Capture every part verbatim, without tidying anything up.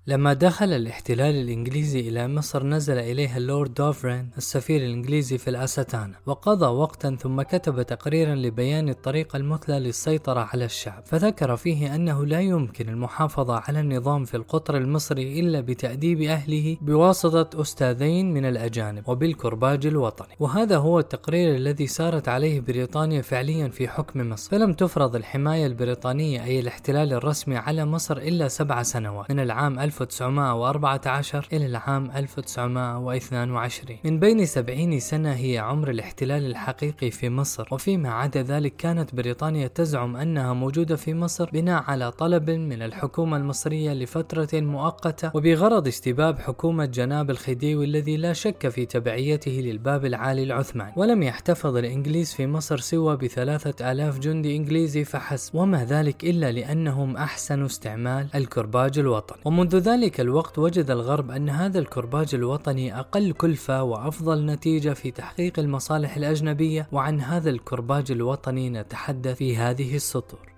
لما دخل الاحتلال الإنجليزي إلى مصر نزل إليها اللورد دوفرين السفير الإنجليزي في الأستانة، وقضى وقتا ثم كتب تقريرا لبيان الطريقة المثلى للسيطرة على الشعب، فذكر فيه أنه لا يمكن المحافظة على النظام في القطر المصري إلا بتأديب أهله بواسطة أستاذين من الأجانب وبالكرباج الوطني. وهذا هو التقرير الذي سارت عليه بريطانيا فعليا في حكم مصر، فلم تفرض الحماية البريطانية أي الاحتلال الرسمي على مصر إلا سبع سنوات، من العام ألف وتسعمائة وأربعة عشر إلى العام ألف وتسعمائة واثنين وعشرين. من بين سبعين سنة هي عمر الاحتلال الحقيقي في مصر، وفيما عدا ذلك كانت بريطانيا تزعم أنها موجودة في مصر بناء على طلب من الحكومة المصرية لفترة مؤقتة وبغرض استباب حكومة جناب الخديوي الذي لا شك في تبعيته للباب العالي العثماني. ولم يحتفظ الإنجليز في مصر سوى بثلاثة آلاف جندي إنجليزي فحسب، وما ذلك إلا لأنهم أحسنوا استعمال الكرباج الوطني. ومنذ ذلك الوقت وجد الغرب أن هذا الكرباج الوطني أقل كلفة وأفضل نتيجة في تحقيق المصالح الأجنبية، وعن هذا الكرباج الوطني نتحدث في هذه السطور.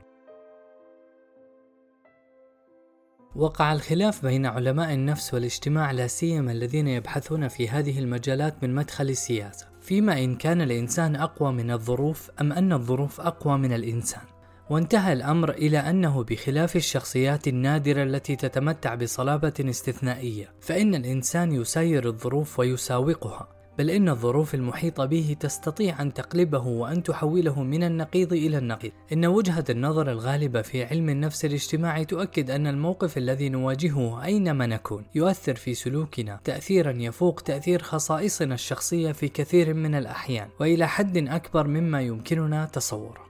وقع الخلاف بين علماء النفس والاجتماع لا سيما الذين يبحثون في هذه المجالات من مدخل السياسة، فيما إن كان الإنسان أقوى من الظروف أم أن الظروف أقوى من الإنسان. وانتهى الأمر إلى أنه بخلاف الشخصيات النادرة التي تتمتع بصلابة استثنائية، فإن الإنسان يساير الظروف ويساوقها، بل إن الظروف المحيطة به تستطيع أن تقلبه وأن تحوله من النقيض إلى النقيض. إن وجهة النظر الغالبة في علم النفس الاجتماعي تؤكد أن الموقف الذي نواجهه أينما نكون يؤثر في سلوكنا تأثيرا يفوق تأثير خصائصنا الشخصية في كثير من الأحيان، وإلى حد أكبر مما يمكننا تصوره.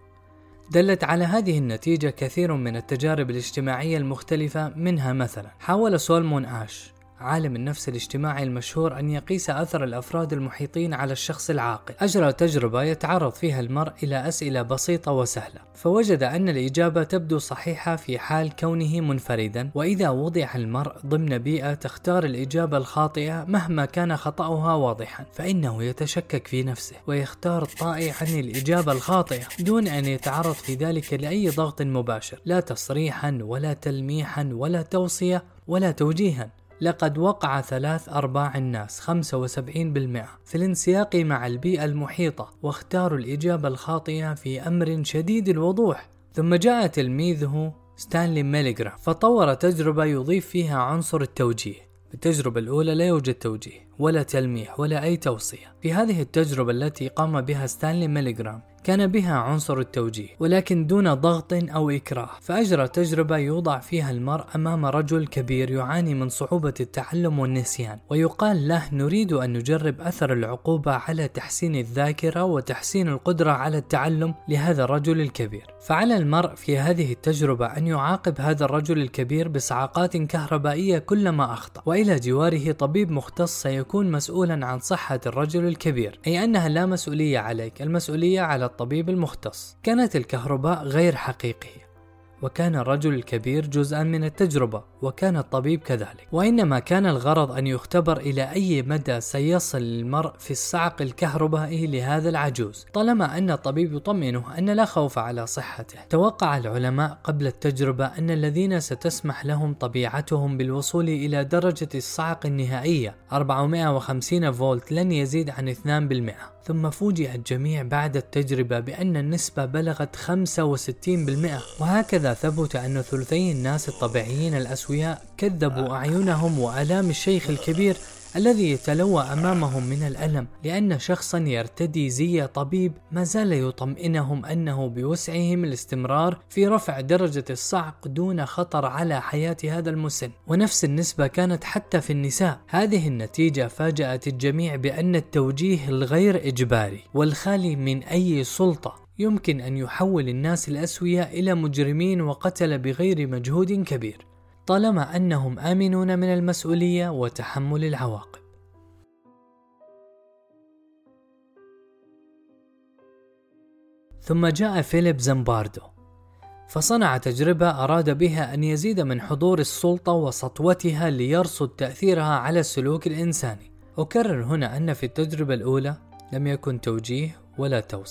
دلت على هذه النتيجة كثير من التجارب الاجتماعية المختلفة، منها مثلا حاول سولمون آش عالم النفس الاجتماعي المشهور أن يقيس أثر الأفراد المحيطين على الشخص العاقل. أجرى تجربة يتعرض فيها المرء إلى أسئلة بسيطة وسهلة، فوجد أن الإجابة تبدو صحيحة في حال كونه منفردا، وإذا وضع المرء ضمن بيئة تختار الإجابة الخاطئة مهما كان خطأها واضحا، فإنه يتشكك في نفسه ويختار طائعا الإجابة الخاطئة دون أن يتعرض في ذلك لأي ضغط مباشر، لا تصريحا ولا تلميحا ولا توصية ولا توجيها. لقد وقع ثلاث أرباع الناس خمسة وسبعين بالمئة في الانسياق مع البيئة المحيطة واختاروا الإجابة الخاطئة في أمر شديد الوضوح. ثم جاء تلميذه ستانلي ميليغرام فطور تجربة يضيف فيها عنصر التوجيه. التجربة الأولى لا يوجد توجيه ولا تلميح ولا أي توصية. في هذه التجربة التي قام بها ستانلي ميليغرام كان بها عنصر التوجيه ولكن دون ضغط أو إكراه، فأجرى تجربة يوضع فيها المرء أمام رجل كبير يعاني من صعوبة التعلم والنسيان، ويقال له نريد أن نجرب أثر العقوبة على تحسين الذاكرة وتحسين القدرة على التعلم لهذا الرجل الكبير. فعلى المرء في هذه التجربة أن يعاقب هذا الرجل الكبير بصعقات كهربائية كلما أخطأ، وإلى جواره طبيب مختص سيكون مسؤولا عن صحة الرجل الكبير، أي أنها لا مسؤولية عليك، المسؤولية على الطبيب المختص. كانت الكهرباء غير حقيقية، وكان الرجل الكبير جزءا من التجربة، وكان الطبيب كذلك، وإنما كان الغرض أن يختبر إلى أي مدى سيصل المرء في الصعق الكهربائي لهذا العجوز، طالما أن الطبيب يطمئنه أن لا خوف على صحته. توقع العلماء قبل التجربة أن الذين ستسمح لهم طبيعتهم بالوصول إلى درجة الصعق النهائية أربعمائة وخمسين فولت لن يزيد عن اثنين بالمئة، ثم فوجئ الجميع بعد التجربة بأن النسبة بلغت خمسة وستين بالمئة. وهكذا ثبت أن ثلثي الناس الطبيعيين الأسوياء كذبوا أعينهم وآلام الشيخ الكبير الذي يتلوى أمامهم من الألم، لأن شخصا يرتدي زي طبيب ما زال يطمئنهم أنه بوسعهم الاستمرار في رفع درجة الصعق دون خطر على حياة هذا المسن. ونفس النسبة كانت حتى في النساء. هذه النتيجة فاجأت الجميع بأن التوجيه الغير إجباري والخالي من أي سلطة يمكن أن يحول الناس الأسوياء إلى مجرمين وقتل بغير مجهود كبير، طالما أنهم آمنون من المسؤولية وتحمل العواقب. ثم جاء فيليب زامباردو فصنع تجربة أراد بها أن يزيد من حضور السلطة وسطوتها ليرصد تأثيرها على السلوك الإنساني. أكرر هنا أن في التجربة الأولى لم يكن توجيه ولا توصية،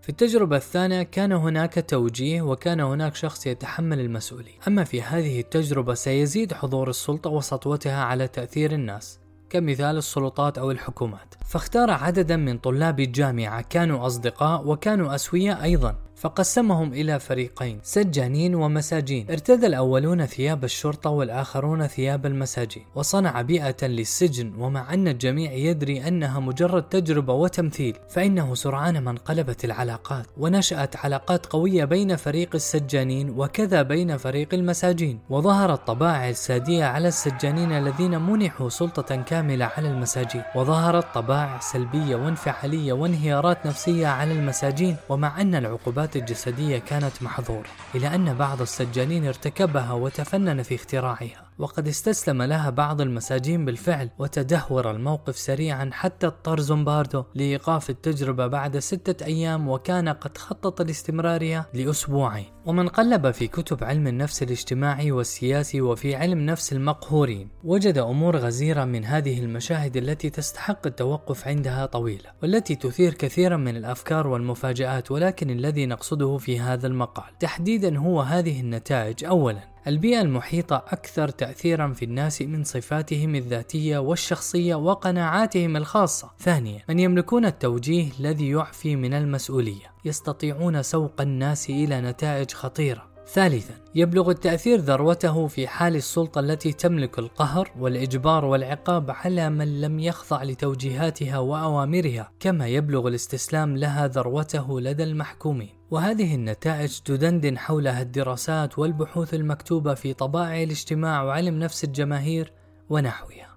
في التجربة الثانية كان هناك توجيه وكان هناك شخص يتحمل المسؤولية. أما في هذه التجربة سيزيد حضور السلطة وسطوتها على تأثير الناس، كمثال السلطات أو الحكومات. فاختار عددا من طلاب الجامعة كانوا أصدقاء وكانوا أسوياء أيضا، فقسمهم إلى فريقين، سجانين ومساجين. ارتدى الأولون ثياب الشرطة والآخرون ثياب المساجين، وصنع بيئة للسجن. ومع أن الجميع يدري أنها مجرد تجربة وتمثيل، فإنه سرعان ما انقلبت العلاقات، ونشأت علاقات قوية بين فريق السجانين وكذا بين فريق المساجين. وظهرت طبائع السادية على السجانين الذين منحوا سلطة كاملة على المساجين، وظهرت طبائع سلبية وانفعالية وانهيارات نفسية على المساجين. ومع أن العقوبات الجسدية كانت محظورة، إلى أن بعض السجانين ارتكبها وتفنن في اختراعها، وقد استسلم لها بعض المساجين بالفعل. وتدهور الموقف سريعا حتى اضطر زومباردو لإيقاف التجربة بعد ستة أيام، وكان قد خطط لاستمرارها لأسبوعين. ومن قلب في كتب علم النفس الاجتماعي والسياسي وفي علم نفس المقهورين، وجد أمور غزيرة من هذه المشاهد التي تستحق التوقف عندها طويلة، والتي تثير كثيرا من الأفكار والمفاجآت. ولكن الذي نقصده في هذا المقال تحديدا هو هذه النتائج. أولا، البيئة المحيطة أكثر تأثيرا في الناس من صفاتهم الذاتية والشخصية وقناعاتهم الخاصة. ثانيا، من يملكون التوجيه الذي يعفي من المسؤولية يستطيعون سوق الناس إلى نتائج خطيرة. ثالثا، يبلغ التأثير ذروته في حال السلطة التي تملك القهر والإجبار والعقاب على من لم يخضع لتوجيهاتها وأوامرها، كما يبلغ الاستسلام لها ذروته لدى المحكومين. وهذه النتائج تدندن حولها الدراسات والبحوث المكتوبة في طبائع الاجتماع وعلم نفس الجماهير ونحوها.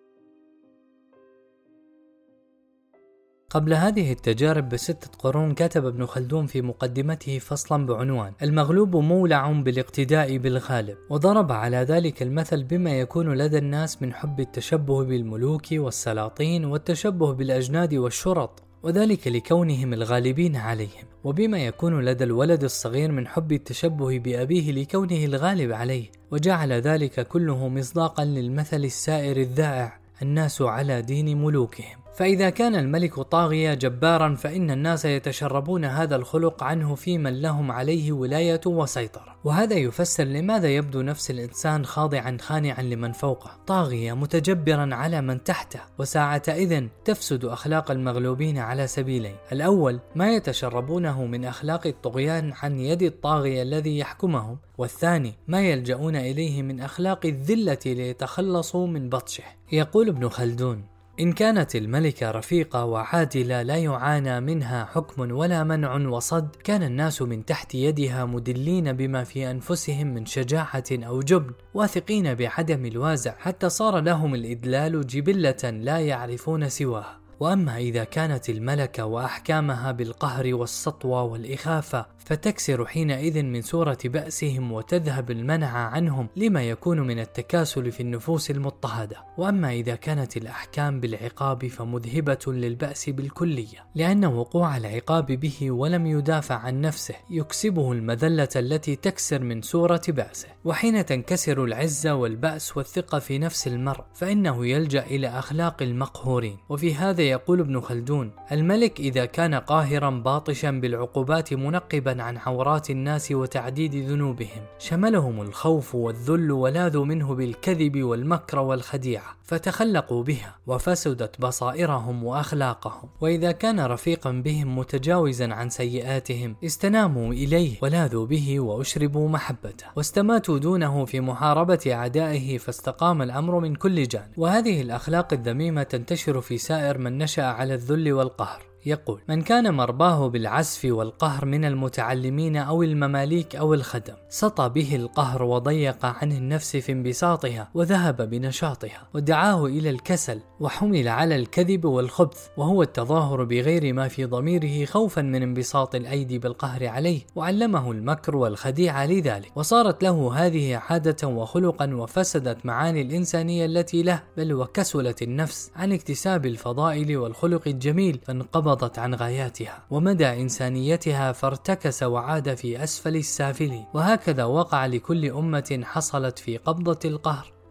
قبل هذه التجارب بستة قرون كتب ابن خلدون في مقدمته فصلا بعنوان المغلوب مولع بالاقتداء بالغالب، وضرب على ذلك المثل بما يكون لدى الناس من حب التشبه بالملوك والسلاطين والتشبه بالأجناد والشرط، وذلك لكونهم الغالبين عليهم، وبما يكون لدى الولد الصغير من حب التشبه بأبيه لكونه الغالب عليه، وجعل ذلك كله مصداقا للمثل السائر الذائع الناس على دين ملوكهم. فإذا كان الملك طاغيا جبارا فإن الناس يتشربون هذا الخلق عنه في من لهم عليه ولاية وسيطرة. وهذا يفسر لماذا يبدو نفس الإنسان خاضعا خانعا لمن فوقه، طاغيا متجبرا على من تحته. وساعة إذن تفسد أخلاق المغلوبين على سبيلين: الأول ما يتشربونه من أخلاق الطغيان عن يد الطاغية الذي يحكمهم، والثاني ما يلجؤون إليه من أخلاق الذلة ليتخلصوا من بطشه. يقول ابن خلدون: إن كانت الملكة رفيقة وعادلة لا يعانى منها حكم ولا منع وصد، كان الناس من تحت يدها مدلين بما في أنفسهم من شجاعة أو جبن، واثقين بعدم الوازع، حتى صار لهم الإدلال جبلة لا يعرفون سواها. وأما إذا كانت الملكة وأحكامها بالقهر والسطوة والإخافة، فتكسر حينئذ من سورة بأسهم وتذهب المنع عنهم لما يكون من التكاسل في النفوس المضطهدة. وأما إذا كانت الأحكام بالعقاب فمذهبة للبأس بالكلية، لأن وقوع العقاب به ولم يدافع عن نفسه يكسبه المذلة التي تكسر من سورة بأسه. وحين تنكسر العزة والبأس والثقة في نفس المرء، فإنه يلجأ إلى أخلاق المقهورين. وفي هذا يقول ابن خلدون: الملك إذا كان قاهرا باطشا بالعقوبات منقبا عن عورات الناس وتعديد ذنوبهم، شملهم الخوف والذل ولاذوا منه بالكذب والمكر والخديعة، فتخلقوا بها وفسدت بصائرهم وأخلاقهم. وإذا كان رفيقا بهم متجاوزا عن سيئاتهم، استناموا إليه ولاذوا به وأشربوا محبته، واستماتوا دونه في محاربة أعدائه، فاستقام الأمر من كل جانب. وهذه الأخلاق الذميمة تنتشر في سائر من نشأ على الذل والقهر. يقول: من كان مرباه بالعسف والقهر من المتعلمين أو المماليك أو الخدم، سطى به القهر وضيق عن النفس في انبساطها وذهب بنشاطها، ودعاه إلى الكسل، وحمل على الكذب والخبث، وهو التظاهر بغير ما في ضميره خوفا من انبساط الأيدي بالقهر عليه، وعلمه المكر والخديعة لذلك، وصارت له هذه عادة وخلقا، وفسدت معاني الإنسانية التي له، بل وكسلت النفس عن اكتساب الفضائل والخلق الجميل، فانقبض عن غاياتها ومدى إنسانيتها، فارتكس وعاد في أسفل السافلين. وهكذا وقع لكل أمة حصلت في قبضة القهر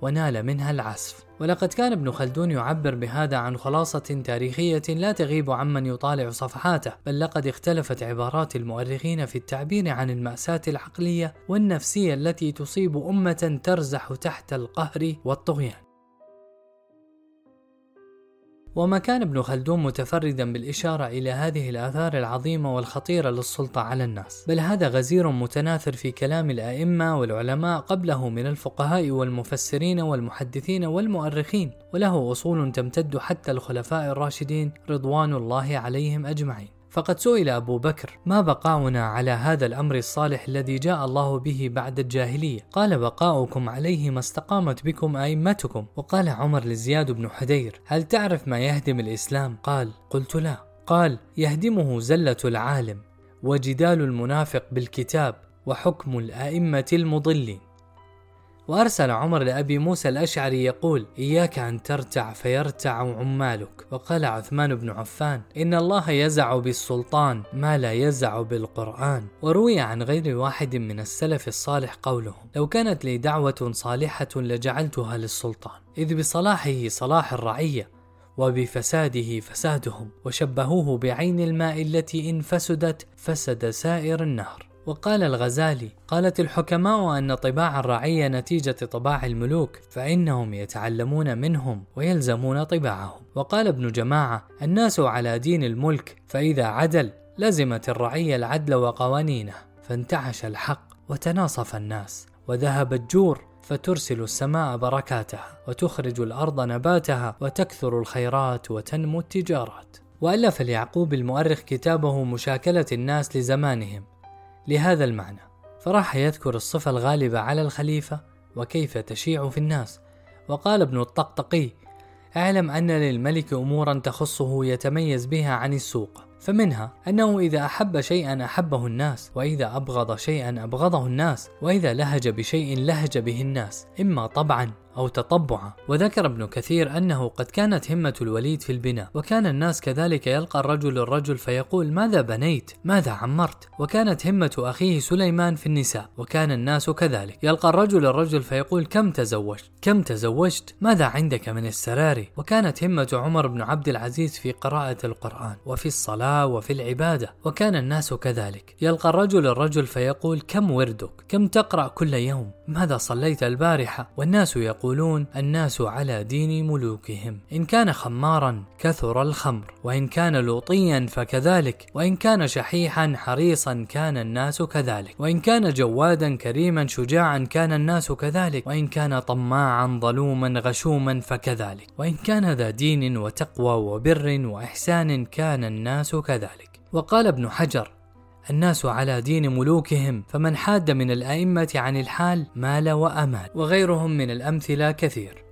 ونال منها العزف. ولقد كان ابن خلدون يعبر بهذا عن خلاصة تاريخية لا تغيب عمن يطالع صفحاته، بل لقد اختلفت عبارات المؤرخين في التعبير عن المأساة العقلية والنفسية التي تصيب أمة ترزح تحت القهر والطغيان. وما كان ابن خلدون متفردا بالإشارة إلى هذه الآثار العظيمة والخطيرة للسلطة على الناس، بل هذا غزير متناثر في كلام الأئمة والعلماء قبله من الفقهاء والمفسرين والمحدثين والمؤرخين، وله أصول تمتد حتى الخلفاء الراشدين رضوان الله عليهم أجمعين. فقد سئل أبو بكر: ما بقاؤنا على هذا الأمر الصالح الذي جاء الله به بعد الجاهلية؟ قال: بقاؤكم عليه ما استقامت بكم أئمتكم. وقال عمر لزياد بن حدير: هل تعرف ما يهدم الإسلام؟ قال: قلت لا. قال: يهدمه زلة العالم، وجدال المنافق بالكتاب، وحكم الأئمة المضلين. وأرسل عمر لأبي موسى الأشعري يقول: إياك أن ترتع فيرتع عمالك. وقال عثمان بن عفان: إن الله يزع بالسلطان ما لا يزع بالقرآن. وروي عن غير واحد من السلف الصالح قولهم: لو كانت لي دعوة صالحة لجعلتها للسلطان، إذ بصلاحه صلاح الرعية وبفساده فسادهم، وشبهوه بعين الماء التي إن فسدت فسد سائر النهر. وقال الغزالي: قالت الحكماء أن طباع الرعية نتيجة طباع الملوك، فإنهم يتعلمون منهم ويلزمون طباعهم. وقال ابن جماعة: الناس على دين الملك، فإذا عدل لزمت الرعية العدل وقوانينه، فانتعش الحق وتناصف الناس، وذهب الجور، فترسل السماء بركاتها، وتخرج الأرض نباتها، وتكثر الخيرات وتنمو التجارات. وألف اليعقوب المؤرخ كتابه مشاكلة الناس لزمانهم لهذا المعنى، فراح يذكر الصفة الغالبة على الخليفة وكيف تشيع في الناس. وقال ابن الطقطقي: اعلم أن للملك أمورا تخصه يتميز بها عن السوق، فمنها أنه إذا أحب شيئا أحبه الناس، وإذا أبغض شيئا أبغضه الناس، وإذا لهج بشيء لهج به الناس، إما طبعا أو تطبعا. وذكر ابن كثير أنه قد كانت همة الوليد في البناء، وكان الناس كذلك، يلقى الرجل الرجل فيقول: ماذا بنيت؟ ماذا عمرت؟ وكانت همة أخيه سليمان في النساء، وكان الناس كذلك، يلقى الرجل الرجل فيقول: كم تزوجت؟ كم تزوجت؟ ماذا عندك من السرار؟ وكانت همة عمر بن عبد العزيز في قراءة القرآن وفي الصلاة وفي العبادة، وكان الناس كذلك، يلقى الرجل الرجل فيقول: كم وردك؟ كم تقرأ كل يوم؟ ماذا صليت البارحة؟ والناس يقول يقولون: الناس على دين ملوكهم. إن كان خمارا كثر الخمر، وإن كان لوطيا فكذلك، وإن كان شحيحا حريصا كان الناس كذلك، وإن كان جوادا كريما شجاعا كان الناس كذلك، وإن كان طماعا ظلوما غشوما فكذلك، وإن كان ذا دين وتقوى وبر وإحسان كان الناس كذلك. وقال ابن حجر: الناس على دين ملوكهم، فمن حاد من الأئمة عن الحال مال وأمال. وغيرهم من الأمثلة كثير.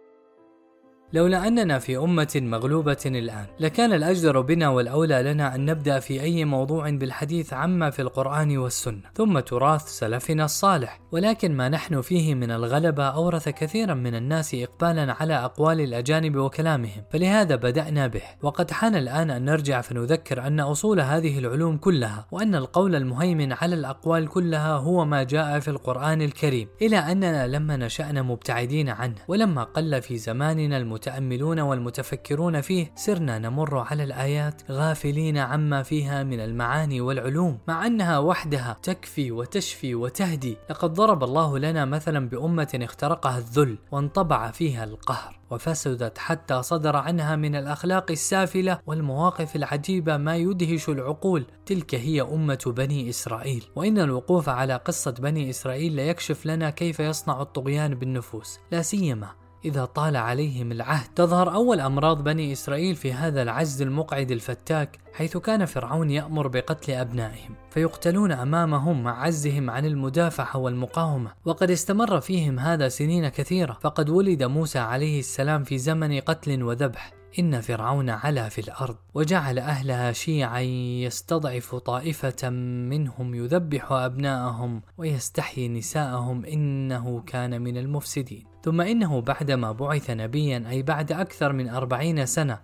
لولا أننا في أمة مغلوبة الآن، لكان الأجدر بنا والأولى لنا أن نبدأ في أي موضوع بالحديث عما في القرآن والسنة، ثم تراث سلفنا الصالح. ولكن ما نحن فيه من الغلبة أورث كثيرا من الناس إقبالا على أقوال الأجانب وكلامهم، فلهذا بدأنا به. وقد حان الآن أن نرجع فنذكر أن أصول هذه العلوم كلها، وأن القول المهيمن على الأقوال كلها هو ما جاء في القرآن الكريم، إلى أننا لما نشأنا مبتعدين عنه، ولما قل في زماننا المتأملون والمتفكرون فيه، سرنا نمر على الآيات غافلين عما فيها من المعاني والعلوم، مع أنها وحدها تكفي وتشفي وتهدي. لقد ضرب الله لنا مثلا بأمة اخترقها الذل وانطبع فيها القهر، وفسدت حتى صدر عنها من الأخلاق السافلة والمواقف العجيبة ما يدهش العقول. تلك هي أمة بني إسرائيل. وإن الوقوف على قصة بني إسرائيل ليكشف لنا كيف يصنع الطغيان بالنفوس، لا سيما إذا طال عليهم العهد. تظهر أول أمراض بني إسرائيل في هذا العجز المقعد الفتاك، حيث كان فرعون يأمر بقتل أبنائهم فيقتلون أمامهم مع عجزهم عن المدافعة والمقاومة. وقد استمر فيهم هذا سنين كثيرة، فقد ولد موسى عليه السلام في زمن قتل وذبح. إن فرعون علا في الأرض وجعل أهلها شيعا يستضعف طائفة منهم يذبح أبناءهم ويستحيي نساءهم إنه كان من المفسدين. ثم إنه بعدما بعث نبيا، أي بعد أكثر من أربعين سنة،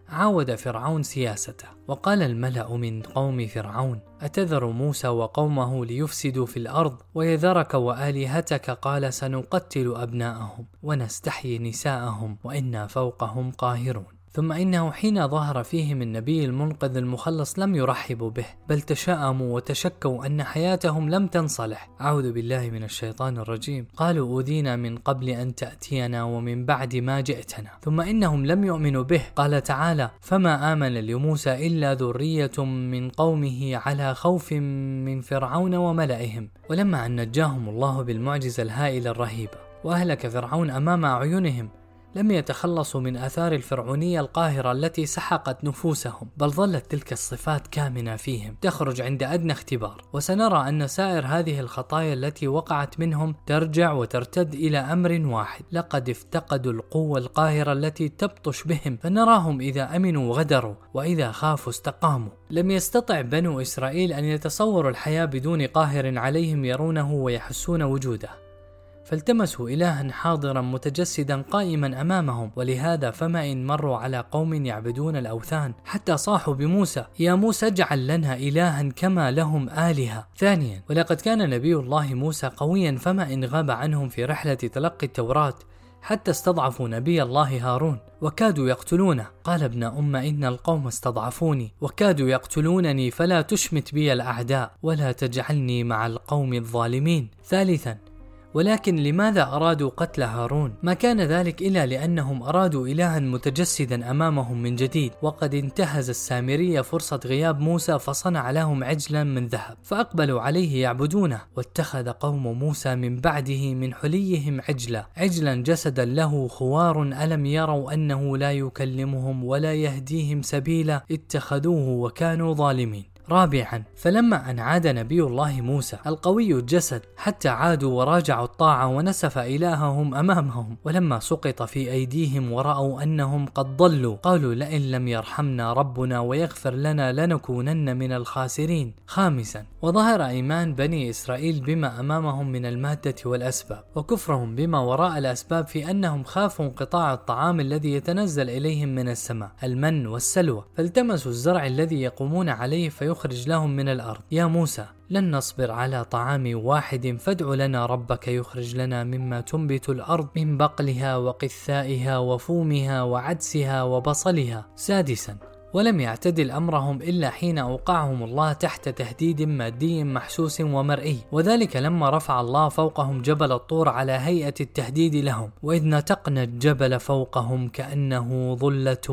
عاود فرعون سياسته، وقال الملأ من قوم فرعون: أتذر موسى وقومه ليفسدوا في الأرض ويذرك وآلهتك؟ قال: سنقتل أبناءهم ونستحيي نساءهم وإنا فوقهم قاهرون. ثم إنه حين ظهر فيهم النبي المنقذ المخلص لم يرحبوا به، بل تشاءموا وتشكوا أن حياتهم لم تنصلح. أعوذ بالله من الشيطان الرجيم. قالوا: أوذينا من قبل أن تأتينا ومن بعد ما جئتنا. ثم إنهم لم يؤمنوا به. قال تعالى: فما آمن لموسى إلا ذرية من قومه على خوف من فرعون وملئهم. ولما أن نجاهم الله بالمعجزة الهائلة الرهيبة وأهلك فرعون أمام أعينهم، لم يتخلصوا من آثار الفرعونية القاهرة التي سحقت نفوسهم، بل ظلت تلك الصفات كامنة فيهم تخرج عند أدنى اختبار. وسنرى أن سائر هذه الخطايا التي وقعت منهم ترجع وترتد إلى أمر واحد: لقد افتقدوا القوة القاهرة التي تبطش بهم، فنراهم إذا أمنوا غدروا وإذا خافوا استقاموا. لم يستطع بنو إسرائيل أن يتصوروا الحياة بدون قاهر عليهم يرونه ويحسون وجوده، فالتمسوا إلها حاضرا متجسدا قائما أمامهم. ولهذا فما إن مروا على قوم يعبدون الأوثان حتى صاحوا بموسى: يا موسى اجعل لنا إلها كما لهم آلهة. ثانيا، ولقد كان نبي الله موسى قويا، فما إن غاب عنهم في رحلة تلقي التوراة حتى استضعفوا نبي الله هارون وكادوا يقتلونه. قال: ابن أم إن القوم استضعفوني وكادوا يقتلونني، فلا تشمت بي الأعداء ولا تجعلني مع القوم الظالمين. ثالثا، ولكن لماذا أرادوا قتل هارون؟ ما كان ذلك إلا لأنهم أرادوا إلها متجسدا أمامهم من جديد، وقد انتهز السامرية فرصة غياب موسى فصنع لهم عجلا من ذهب فأقبلوا عليه يعبدونه. واتخذ قوم موسى من بعده من حليهم عجلا عجلا جسدا له خوار ألم يروا أنه لا يكلمهم ولا يهديهم سبيلا اتخذوه وكانوا ظالمين. رابعا، فلما أن عاد نبي الله موسى القوي الجسد حتى عادوا وراجعوا الطاعة ونسف إلههم أمامهم، ولما سقط في أيديهم ورأوا أنهم قد ضلوا قالوا: لئن لم يرحمنا ربنا ويغفر لنا لنكونن من الخاسرين. خامسا، وظهر إيمان بني إسرائيل بما أمامهم من المادة والأسباب، وكفرهم بما وراء الأسباب في أنهم خافوا انقطاع الطعام الذي يتنزل إليهم من السماء، المن والسلوى، فالتمسوا الزرع الذي يقومون عليه فيخرج لهم من الأرض. يا موسى لن نصبر على طعام واحد فادع لنا ربك يخرج لنا مما تنبت الأرض من بقلها وقثائها وفومها وعدسها وبصلها. سادسا، ولم يعتدل أمرهم إلا حين أوقعهم الله تحت تهديد مادي محسوس ومرئي، وذلك لما رفع الله فوقهم جبل الطور على هيئة التهديد لهم: وإذ نتقنا الجبل فوقهم كأنه ظلة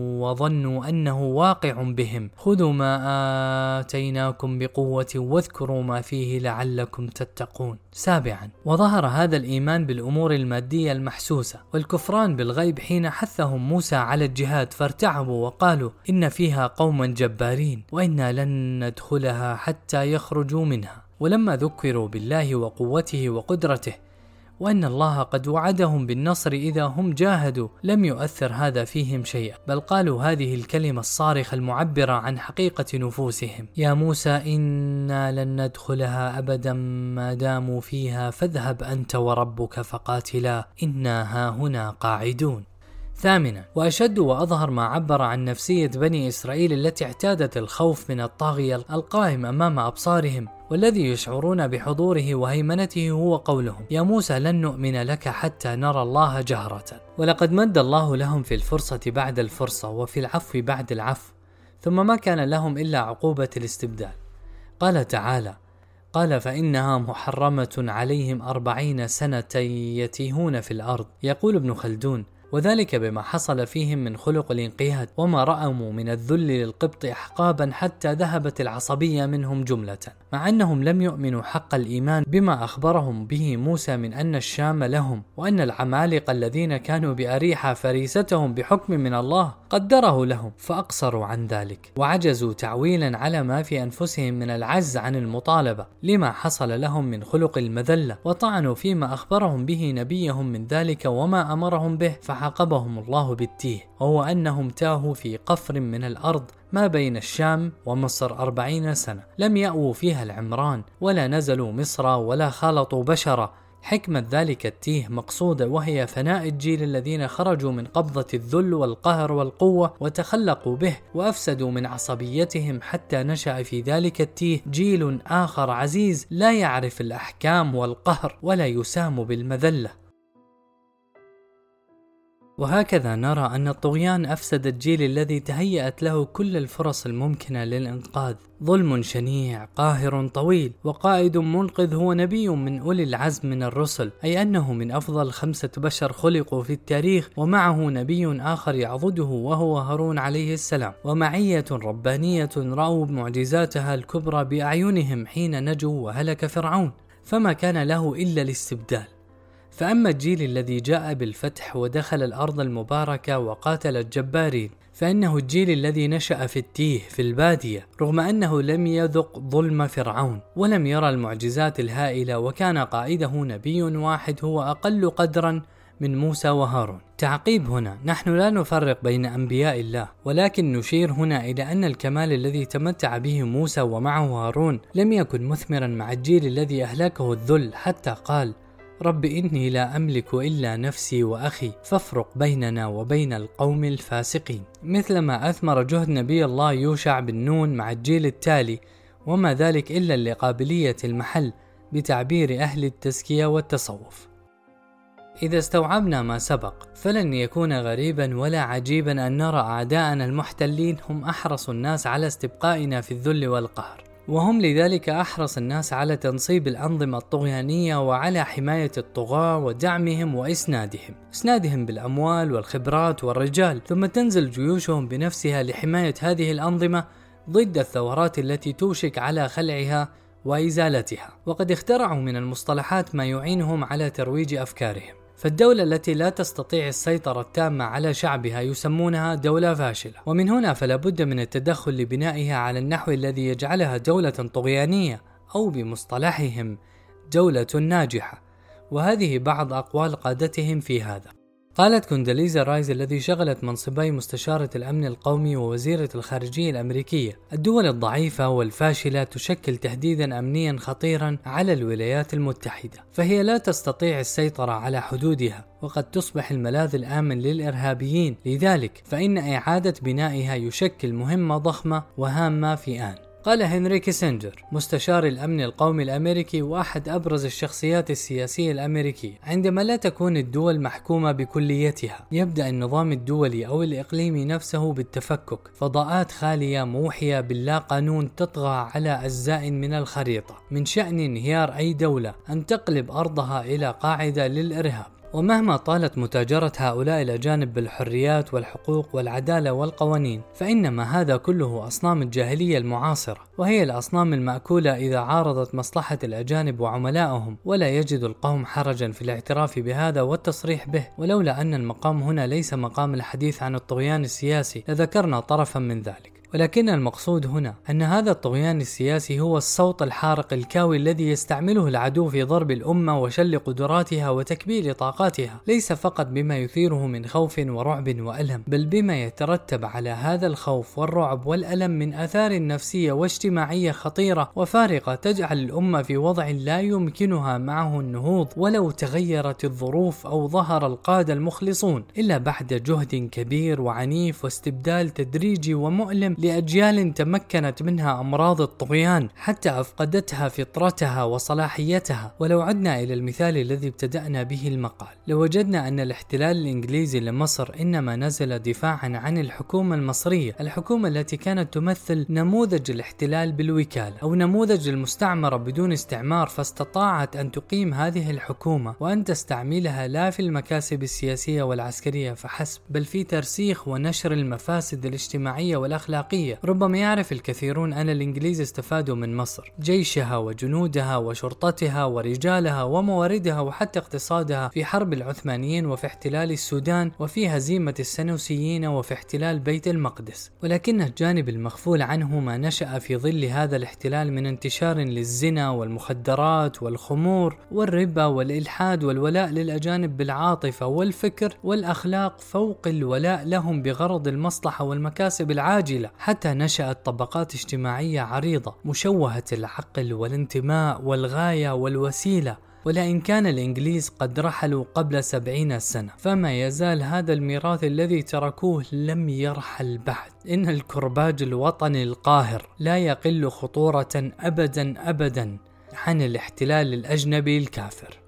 وظنوا أنه واقع بهم خذوا ما آتيناكم بقوة واذكروا ما فيه لعلكم تتقون. سابعا، وظهر هذا الإيمان بالأمور المادية المحسوسة والكفران بالغيب حين حثهم موسى على الجهاد، فارتعبوا وقالوا: إن فيها قوما جبارين وإنا لن ندخلها حتى يخرجوا منها. ولما ذكروا بالله وقوته وقدرته وأن الله قد وعدهم بالنصر إذا هم جاهدوا لم يؤثر هذا فيهم شيئا، بل قالوا هذه الكلمة الصارخة المعبرة عن حقيقة نفوسهم: يا موسى إنا لن ندخلها أبدا ما داموا فيها فاذهب أنت وربك فقاتلا إنا هاهنا قاعدون. ثامنا، وأشد وأظهر ما عبر عن نفسية بني إسرائيل التي اعتادت الخوف من الطاغية القائم أمام أبصارهم والذي يشعرون بحضوره وهيمنته هو قولهم: يا موسى لن نؤمن لك حتى نرى الله جهرة. ولقد مد الله لهم في الفرصة بعد الفرصة وفي العفو بعد العفو، ثم ما كان لهم إلا عقوبة الاستبدال. قال تعالى: قال فإنها محرمة عليهم أربعين سنة يتيهون في الأرض. يقول ابن خلدون: وذلك بما حصل فيهم من خلق الانقياد وما رأوا من الذل للقبط أحقابا حتى ذهبت العصبية منهم جملة، مع أنهم لم يؤمنوا حق الإيمان بما أخبرهم به موسى من أن الشام لهم، وأن العمالقة الذين كانوا بأريحة فريستهم بحكم من الله قدره لهم، فأقصروا عن ذلك وعجزوا تعويلا على ما في أنفسهم من العجز عن المطالبة لما حصل لهم من خلق المذلة، وطعنوا فيما أخبرهم به نبيهم من ذلك وما أمرهم به، فعاقبهم الله بالتيه، وهو أنهم تاهوا في قفر من الأرض ما بين الشام ومصر أربعين سنة، لم يأووا فيها العمران ولا نزلوا مصر ولا خالطوا بشرا، حكمة ذلك التيه مقصودة، وهي فناء الجيل الذين خرجوا من قبضة الذل والقهر والقوة وتخلقوا به وأفسدوا من عصبيتهم، حتى نشأ في ذلك التيه جيل آخر عزيز لا يعرف الأحكام والقهر ولا يسام بالمذلة. وهكذا نرى أن الطغيان أفسد الجيل الذي تهيأت له كل الفرص الممكنة للإنقاذ. ظلم شنيع قاهر طويل، وقائد منقذ هو نبي من أولي العزم من الرسل، أي أنه من أفضل خمسة بشر خلقوا في التاريخ، ومعه نبي آخر يعضده وهو هارون عليه السلام، ومعية ربانية رأوا معجزاتها الكبرى بأعينهم حين نجوا وهلك فرعون، فما كان له إلا الاستبدال. فأما الجيل الذي جاء بالفتح ودخل الأرض المباركة وقاتل الجبارين، فإنه الجيل الذي نشأ في التيه في البادية، رغم أنه لم يذق ظلم فرعون ولم يرى المعجزات الهائلة، وكان قائده نبي واحد هو أقل قدرا من موسى وهارون. تعقيب هنا: نحن لا نفرق بين أنبياء الله، ولكن نشير هنا إلى أن الكمال الذي تمتع به موسى ومعه هارون لم يكن مثمرا مع الجيل الذي أهلكه الذل، حتى قال: رب إني لا أملك إلا نفسي وأخي فافرق بيننا وبين القوم الفاسقين، مثلما أثمر جهد نبي الله يوشع بن نون مع الجيل التالي، وما ذلك إلا لقابلية المحل بتعبير أهل التزكية والتصوف. إذا استوعبنا ما سبق فلن يكون غريبا ولا عجيبا أن نرى أعداءنا المحتلين هم أحرص الناس على استبقائنا في الذل والقهر، وهم لذلك أحرص الناس على تنصيب الأنظمة الطغيانية وعلى حماية الطغاة ودعمهم وإسنادهم إسنادهم بالأموال والخبرات والرجال، ثم تنزل جيوشهم بنفسها لحماية هذه الأنظمة ضد الثورات التي توشك على خلعها وإزالتها. وقد اخترعوا من المصطلحات ما يعينهم على ترويج أفكارهم. فالدولة التي لا تستطيع السيطرة التامة على شعبها يسمونها دولة فاشلة، ومن هنا فلا بد من التدخل لبنائها على النحو الذي يجعلها دولة طغيانية، أو بمصطلحهم دولة ناجحة. وهذه بعض أقوال قادتهم في هذا. قالت كونداليزا رايز الذي شغلت منصبي مستشارة الأمن القومي ووزيرة الخارجية الأمريكية: الدول الضعيفة والفاشلة تشكل تهديدا أمنيا خطيرا على الولايات المتحدة، فهي لا تستطيع السيطرة على حدودها، وقد تصبح الملاذ الآمن للإرهابيين، لذلك فإن إعادة بنائها يشكل مهمة ضخمة وهامة في آن. قال هنري كيسنجر مستشار الأمن القومي الأمريكي وأحد أبرز الشخصيات السياسية الأمريكية: عندما لا تكون الدول محكومة بكليتها يبدأ النظام الدولي أو الإقليمي نفسه بالتفكك، فضاءات خالية موحية باللا قانون تطغى على أجزاء من الخريطة. من شأن انهيار أي دولة أن تقلب أرضها إلى قاعدة للإرهاب. ومهما طالت متاجرة هؤلاء الأجانب بالحريات والحقوق والعدالة والقوانين، فإنما هذا كله أصنام الجاهلية المعاصرة، وهي الأصنام المأكولة إذا عارضت مصلحة الأجانب وعملائهم، ولا يجد القوم حرجا في الاعتراف بهذا والتصريح به. ولولا أن المقام هنا ليس مقام الحديث عن الطغيان السياسي لذكرنا طرفا من ذلك، ولكن المقصود هنا أن هذا الطغيان السياسي هو الصوت الحارق الكاوي الذي يستعمله العدو في ضرب الأمة وشل قدراتها وتكبير طاقاتها، ليس فقط بما يثيره من خوف ورعب وألم، بل بما يترتب على هذا الخوف والرعب والألم من آثار نفسية واجتماعية خطيرة وفارقة، تجعل الأمة في وضع لا يمكنها معه النهوض ولو تغيرت الظروف أو ظهر القادة المخلصون، إلا بعد جهد كبير وعنيف واستبدال تدريجي ومؤلم لأجيال تمكنت منها أمراض الطغيان حتى أفقدتها فطرتها وصلاحيتها. ولو عدنا إلى المثال الذي ابتدأنا به المقال لوجدنا أن الاحتلال الإنجليزي لمصر إنما نزل دفاعا عن الحكومة المصرية، الحكومة التي كانت تمثل نموذج الاحتلال بالوكالة أو نموذج المستعمرة بدون استعمار، فاستطاعت أن تقيم هذه الحكومة وأن تستعملها لا في المكاسب السياسية والعسكرية فحسب، بل في ترسيخ ونشر المفاسد الاجتماعية والأخلاقية. ربما يعرف الكثيرون أن الإنجليز استفادوا من مصر، جيشها وجنودها وشرطتها ورجالها ومواردها وحتى اقتصادها في حرب العثمانيين وفي احتلال السودان وفي هزيمة السنوسيين وفي احتلال بيت المقدس. ولكن الجانب المغفول عنه ما نشأ في ظل هذا الاحتلال من انتشار للزنا والمخدرات والخمور والربا والإلحاد والولاء للأجانب بالعاطفة والفكر والأخلاق فوق الولاء لهم بغرض المصلحة والمكاسب العاجلة، حتى نشأت طبقات اجتماعية عريضة مشوهة العقل والانتماء والغاية والوسيلة، ولئن كان الإنجليز قد رحلوا قبل سبعين سنة، فما يزال هذا الميراث الذي تركوه لم يرحل بعد. إن الكرباج الوطني القاهر لا يقل خطورة أبدا أبدا عن الاحتلال الأجنبي الكافر.